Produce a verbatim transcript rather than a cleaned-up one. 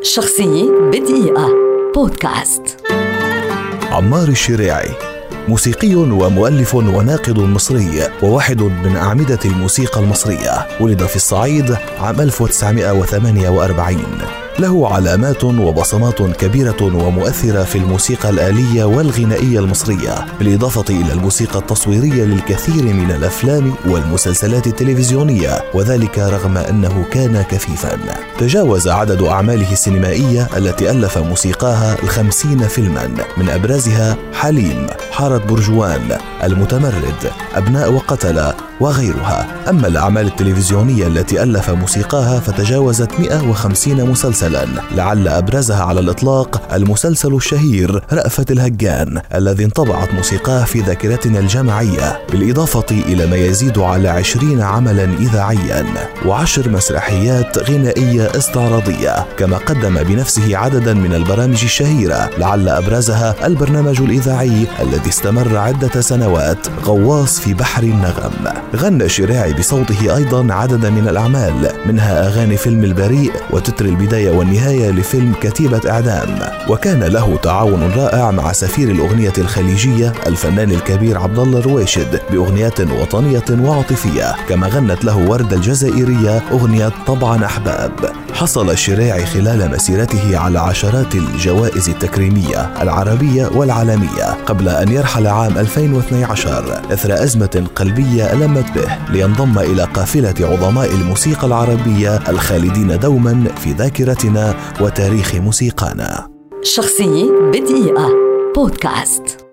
شخصية بدقيقة بودكاست. عمار الشريعي موسيقي ومؤلف وناقد مصري وواحد من أعمدة الموسيقى المصرية. ولد في الصعيد عام ألف وتسعمائة وثمانية وأربعين. له علامات وبصمات كبيرة ومؤثرة في الموسيقى الآلية والغنائية المصرية، بالإضافة إلى الموسيقى التصويرية للكثير من الأفلام والمسلسلات التلفزيونية، وذلك رغم أنه كان كفيفا. تجاوز عدد أعماله السينمائية التي ألف موسيقاها الخمسين فيلما، من أبرزها حليم، حارة برجوان، المتمرد، أبناء وقتلة وغيرها. أما الأعمال التلفزيونية التي ألف موسيقاها فتجاوزت مئة وخمسين مسلسلا، لعل أبرزها على الإطلاق المسلسل الشهير رأفت الهجان الذي انطبعت موسيقاه في ذاكرتنا الجماعية، بالإضافة إلى ما يزيد على عشرين عملا إذاعيا وعشر مسرحيات غنائية استعراضية، كما قدم بنفسه عددا من البرامج الشهيرة، لعل أبرزها البرنامج الإذاعي الذي استمر عدة سنوات، غواص في بحر النغم. غنى الشريعي بصوته أيضا عددا من الأعمال، منها أغاني فيلم البريء وتتر البداية والنهاية لفيلم كتيبة إعدام. وكان له تعاون رائع مع سفير الأغنية الخليجية الفنان الكبير عبد الله الرويشد بأغنيات وطنية وعاطفية، كما غنت له وردة الجزائرية أغنية طبعا أحباب. حصل الشريعي خلال مسيرته على عشرات الجوائز التكريمية العربية والعالمية، قبل أن يرحل عام ألفين واثني عشر إثر أزمة قلبية ألمت به، لينضم إلى قافلة عظماء الموسيقى العربية الخالدين دوما في ذاكرتنا وتاريخ موسيقانا. شخصية بدقيقة بودكاست.